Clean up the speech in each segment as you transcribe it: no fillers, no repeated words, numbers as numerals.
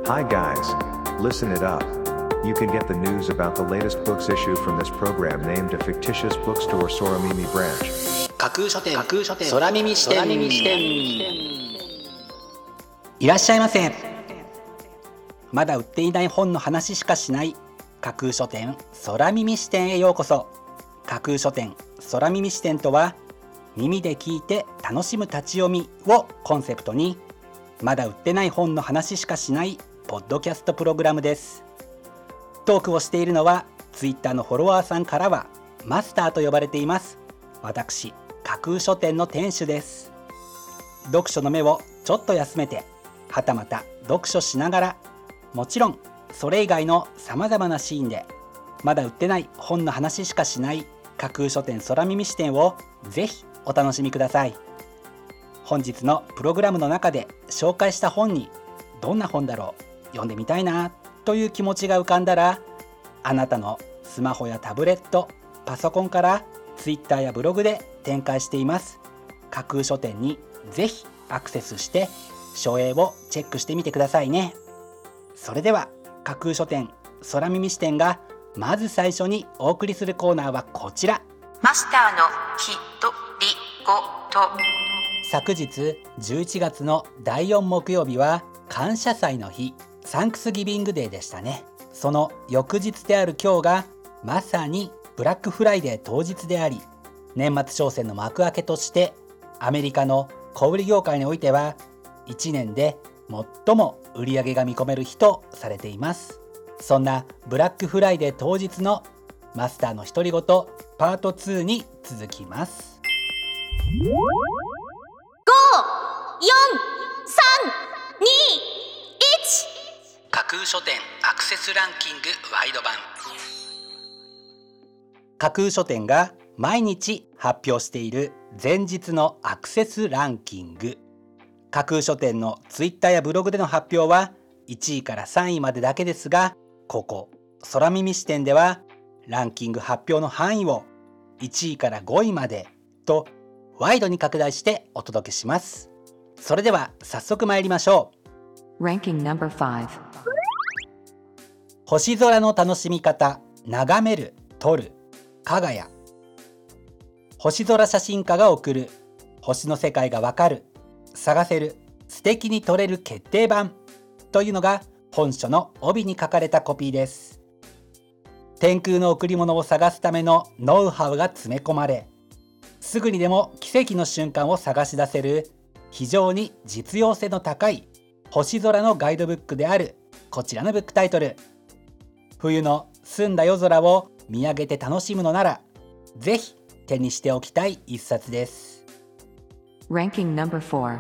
Hi guys, listen it up. You can get the news about the latest books issue from this program named a fictitious bookstore Soramimi branch. 架空書店空耳視点。いらっしゃいませ。まだ売っていない本の話しかしない架空書店空耳視点へようこそ。架空書店空耳視点とは、耳で聞いて楽しむ立ち読みをコンセプトに、まだ売ってない本の話しかしないポッドキャストプログラムです。トークをしているのはツイッターのフォロワーさんからはマスターと呼ばれています私、架空書店の店主です。読書の目をちょっと休めて、はたまた読書しながら、もちろんそれ以外のさまざまなシーンでまだ売ってない本の話しかしない架空書店空耳視点をぜひお楽しみください。本日のプログラムの中で紹介した本に、どんな本だろう、読んでみたいなという気持ちが浮かんだら、あなたのスマホやタブレット、パソコンからツイッターやブログで展開しています架空書店にぜひアクセスして書影をチェックしてみてくださいね。それでは架空書店空耳視点がまず最初にお送りするコーナーはこちら、 マスターのひとりごと。 昨日11月の第4木曜日は感謝祭の日、サンクスギビングデーでしたね。その翌日である今日がまさにブラックフライデー当日であり、年末商戦の幕開けとしてアメリカの小売業界においては1年で最も売り上げが見込める日とされています。そんなブラックフライデー当日のマスターの独り言パート2に続きます。架空書店アクセスランキングワイド版。架空書店が毎日発表している前日のアクセスランキング。架空書店のツイッターやブログでの発表は1位から3位までだけですが、ここ空耳視点ではランキング発表の範囲を1位から5位までとワイドに拡大してお届けします。それでは早速参りましょう。 Ranking No.5。 星空の楽しみ方、眺める、撮る、かがや。星空写真家が送る、星の世界がわかる、探せる、素敵に撮れる決定版というのが本書の帯に書かれたコピーです。天空の贈り物を探すためのノウハウが詰め込まれ、すぐにでも奇跡の瞬間を探し出せる非常に実用性の高い星空のガイドブックであるこちらのブックタイトル。冬の澄んだ夜空を見上げて楽しむのなら、ぜひ手にしておきたい一冊です。 Ranking No.4。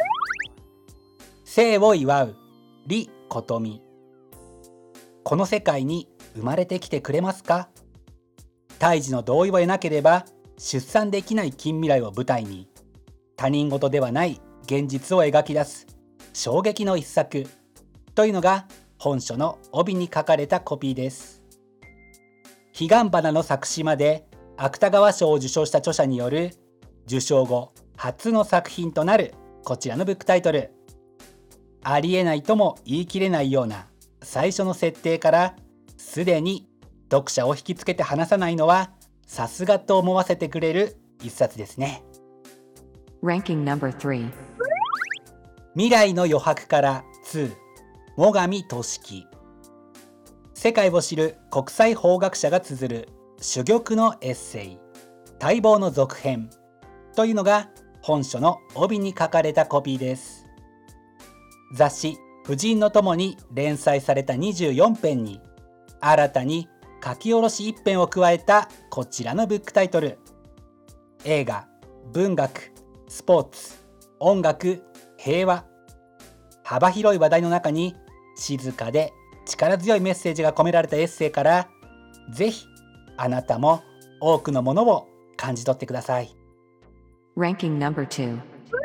生を祝う李琴美。この世界に生まれてきてくれますか。胎児の同意を得なければ出産できない近未来を舞台に、他人事ではない現実を描き出す衝撃の一作というのが本書の帯に書かれたコピーです。彼岸花の作詞まで芥川賞を受賞した著者による受賞後初の作品となるこちらのブックタイトル。ありえないとも言い切れないような最初の設定からすでに読者を引きつけて離さないのはさすがと思わせてくれる一冊ですね。 Ranking No.3。 未来の余白から2、最上俊樹。世界を知る国際法学者が綴る珠玉のエッセイ、待望の続編というのが本書の帯に書かれたコピーです。雑誌婦人の友に連載された24編に新たに書き下ろし1編を加えたこちらのブックタイトル。映画、文学、スポーツ、音楽、平和、幅広い話題の中に静かで力強いメッセージが込められたエッセイから、ぜひあなたも多くのものを感じ取ってください。 Ranking No.2。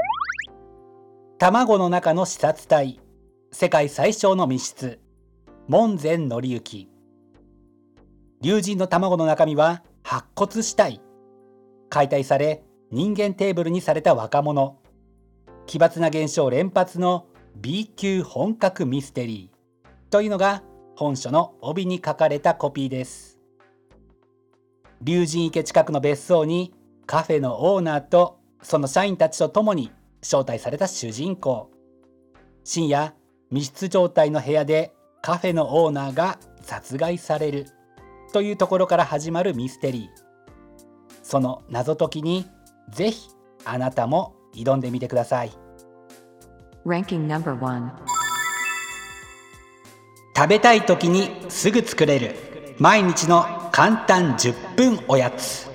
卵の中の視察隊、世界最小の密室、門前則之。龍神の卵の中身は白骨死体。解体され人間テーブルにされた若者。奇抜な現象連発の B 級本格ミステリー。 というのが本書の帯に書かれたコピーです。竜神池近くの別荘にカフェのオーナーとその社員たちと共に招待された主人公。深夜、密室状態の部屋でカフェのオーナーが殺害されるというところから始まるミステリー。その謎解きにぜひあなたも挑んでみてください。 Ranking number 1. 食べたい時にすぐ作れる毎日の簡単10分おやつ。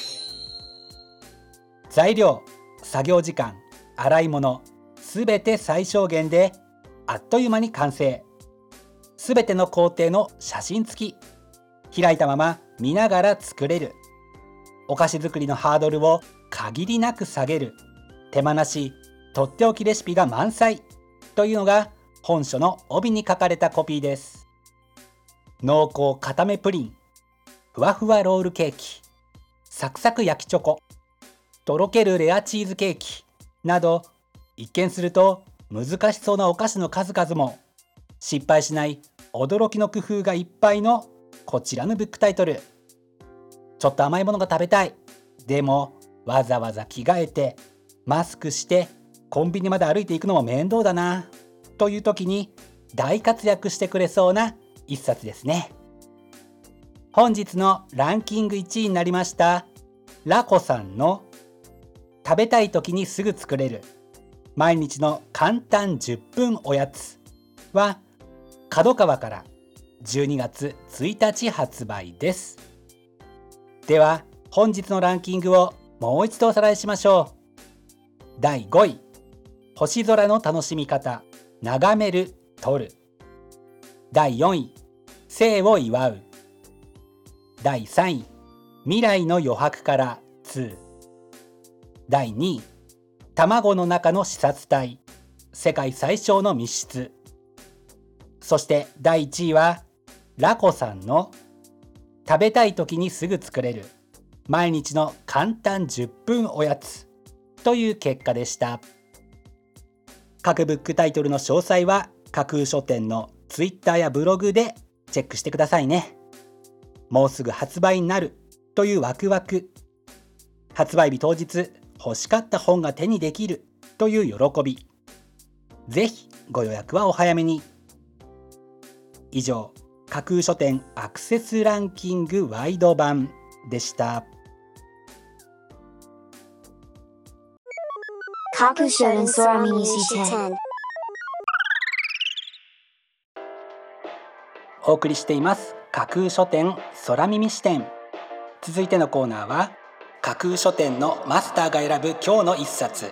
材料、作業時間、洗い物、すべて最小限であっという間に完成。すべての工程の写真付き。開いたまま見ながら作れる。お菓子作りのハードルを限りなく下げる。手間なし、とっておきレシピが満載というのが本書の帯に書かれたコピーです。濃厚固めプリン、ふわふわロールケーキ、サクサク焼きチョコ、とろけるレアチーズケーキなど、一見すると難しそうなお菓子の数々も失敗しない驚きの工夫がいっぱいのこちらのブックタイトル。ちょっと甘いものが食べたい、でもわざわざ着替えてマスクしてコンビニまで歩いていくのも面倒だなという時に大活躍してくれそうな一冊ですね。本日のランキング1位になりましたラコさんの食べたい時にすぐ作れる毎日の簡単10分おやつは角川から12月1日発売です。では本日のランキングをもう一度おさらいしましょう。第5位、星空の楽しみ方、眺める、撮る。第4位、生を祝う。第3位、未来の余白から2。第2位、卵の中の視察隊、世界最小の密室。そして第1位はラコさんの食べたい時にすぐ作れる毎日の簡単10分おやつという結果でした。各ブックタイトルの詳細は架空書店のツイッターやブログでチェックしてくださいね。もうすぐ発売になるというワクワク、発売日当日欲しかった本が手にできるという喜び、ぜひご予約はお早めに。以上、架空書店アクセスランキングワイド版でした。 架空書店空耳視点。 お送りしています架空書店空耳視点。続いてのコーナーは架空書店のマスターが選ぶ今日の一冊。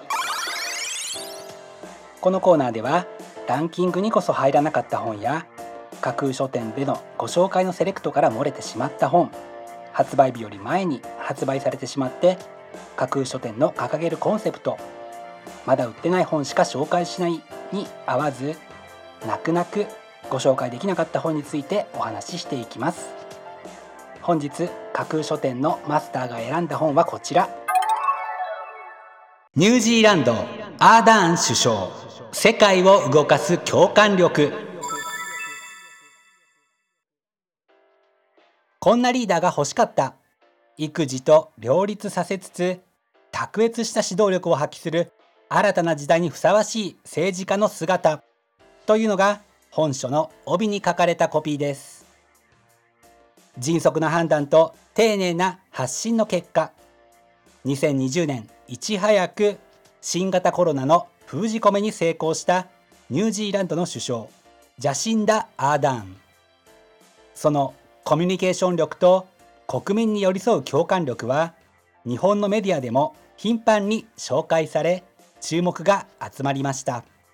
このコーナーではランキングにこそ入らなかった本や架空書店でのご紹介のセレクトから漏れてしまった本、発売日より前に発売されてしまって架空書店の掲げるコンセプト、まだ売ってない本しか紹介しないに合わず、泣く泣くご紹介できなかった本についてお話ししていきます。本日架空書店のマスターが選んだ本はこちら。ニュージーランドアーダーン首相、世界を動かす共感力。こんなリーダーが欲しかった。育児と両立させつつ卓越した指導力を発揮する新たな時代にふさわしい政治家の姿というのが本書の帯に書かれたコピーです。迅速な判断と丁寧な発信の結果、2020年いち早く新型コロナの封じ込めに成功したニュージーランドの首相ジャシンダ・アーダーン。そのコミュニケーション力と国民に寄り添う共感力は日本のメディアでも頻繁に紹介され注目が集まりました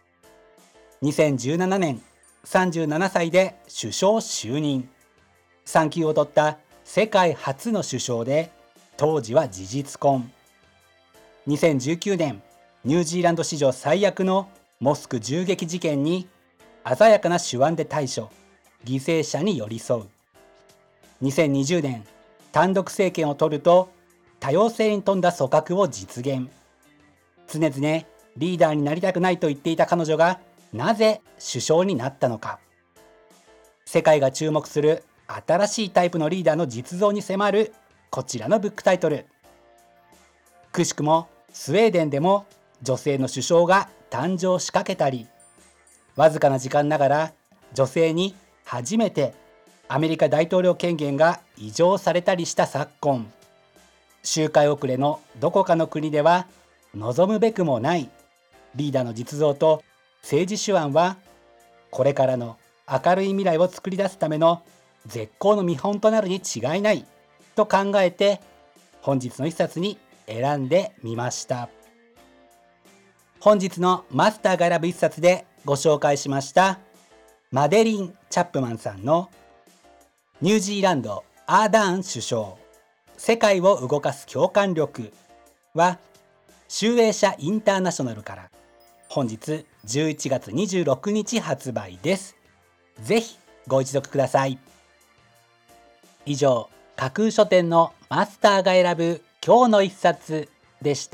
。2017年37歳で首相就任、産休を取った世界初の首相で当時は事実婚。2019年ニュージーランド史上最悪のモスク銃撃事件に鮮やかな手腕で対処、犠牲者に寄り添う。2020年単独政権を取ると多様性に富んだ組閣を実現。常々リーダーになりたくないと言っていた彼女がなぜ首相になったのか。 世界が注目する新しいタイプのリーダーの実像に迫るこちらのブックタイトル。くしくもスウェーデンでも女性の首相が誕生しかけたり、わずかな時間ながら女性に初めてアメリカ大統領権限が委譲されたりした昨今、周回遅れのどこかの国では望むべくもないリーダーの実像と政治手腕は、これからの明るい未来を作り出すための絶好の見本となるに違いないと考えて、本日の一冊に選んでみました。本日のマスターが選ぶ一冊でご紹介しましたマデリン・チャップマンさんのニュージーランドアーダーン首相、世界を動かす共感力は集英社インターナショナルから本日11月26日発売です。ぜひご一読ください。以上、架空書店のマスターが選ぶ今日の一冊でした。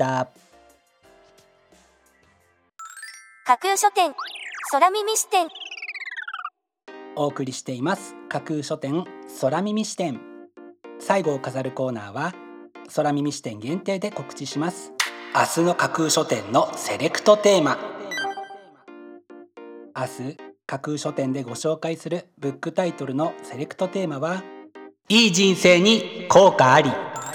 架空書店空耳視点。 お送りしています架空書店空耳視点。最後を飾るコーナーは空耳視点限定で告知します。明日の架空書店のセレクトテーマ。明日架空書店でご紹介するブックタイトルのセレクトテーマは、いい人生に効果あり。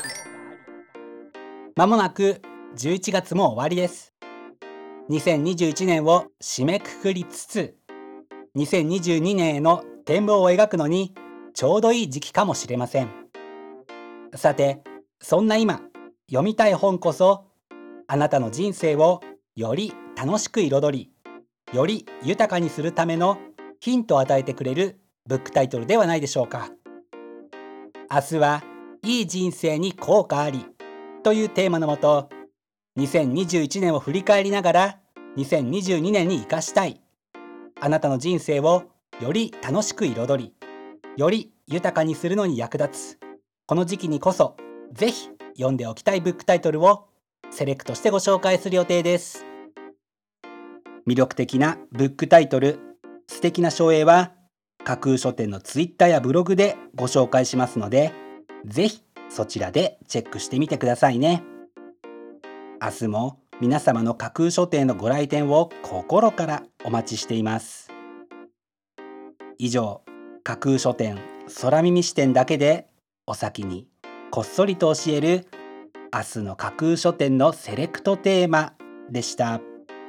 まもなく11月も終わりです。2021年を締めくくりつつ、2022年への展望を描くのにちょうどいい時期かもしれません。さて、そんな今読みたい本こそ、あなたの人生をより楽しく彩り、より豊かにするためのヒントを与えてくれるブックタイトルではないでしょうか。明日はいい人生に効果ありというテーマのもと、2021年を振り返りながら2022年に生かしたい、あなたの人生をより楽しく彩り、より豊かにするのに役立つこの時期にこそ、ぜひ読んでおきたいブックタイトルをセレクトしてご紹介する予定です。魅力的なブックタイトル、素敵な書影は架空書店のツイッターやブログでご紹介しますので、ぜひそちらでチェックしてみてくださいね。明日も皆様の架空書店のご来店を心からお待ちしています。以上、架空書店空耳視点だけでお先にこっそりと教える明日の架空書店のセレクトテーマでした。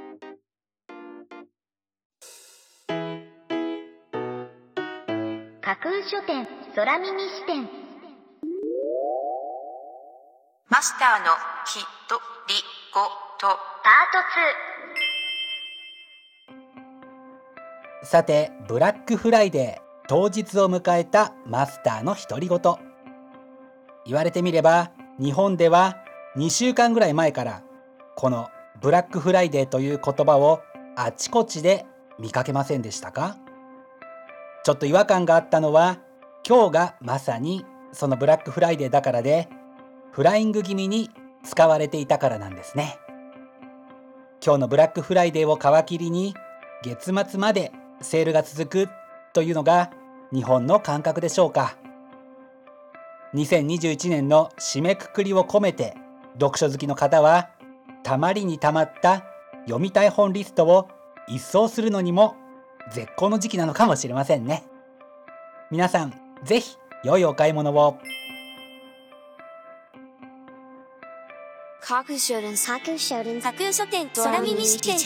架空書店空耳視点。 マスターのひとりごとパート2。 さて、ブラックフライデー当日を迎えたマスターの独り言。言われてみれば、日本では2週間ぐらい前からこのブラックフライデーという言葉をあちこちで見かけませんでしたか？ちょっと違和感があったのは、今日がまさにそのブラックフライデーだからで、フライング気味に使われていたからなんですね。今日のブラックフライデーを皮切りに月末までセールが続くというのが日本の感覚でしょうか。2021年の締めくくりを込めて、読書好きの方はたまりにたまった読みたい本リストを一掃するのにも絶好の時期なのかもしれませんね。皆さん、ぜひ良いお買い物を。 架空書店空耳視点。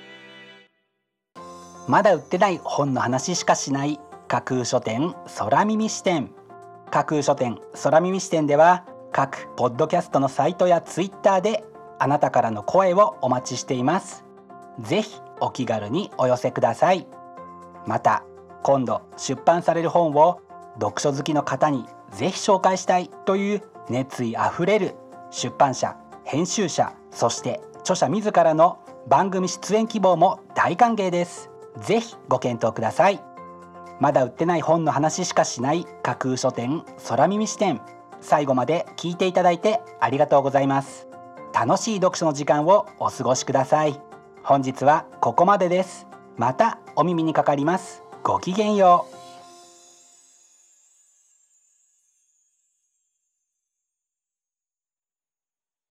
まだ売ってない本の話しかしない架空書店空耳視点。架空書店空耳視点では、各ポッドキャストのサイトやツイッターであなたからの声をお待ちしています。ぜひお気軽にお寄せください。また、今度出版される本を読書好きの方にぜひ紹介したいという熱意あふれる出版社、編集者、そして著者自らの番組出演希望も大歓迎です。ぜひご検討ください。まだ売ってない本の話しかしない架空書店空耳視点。最後まで聞いていただいてありがとうございます。楽しい読書の時間をお過ごしください。本日はここまでです。またお耳にかかります。ごきげんよう。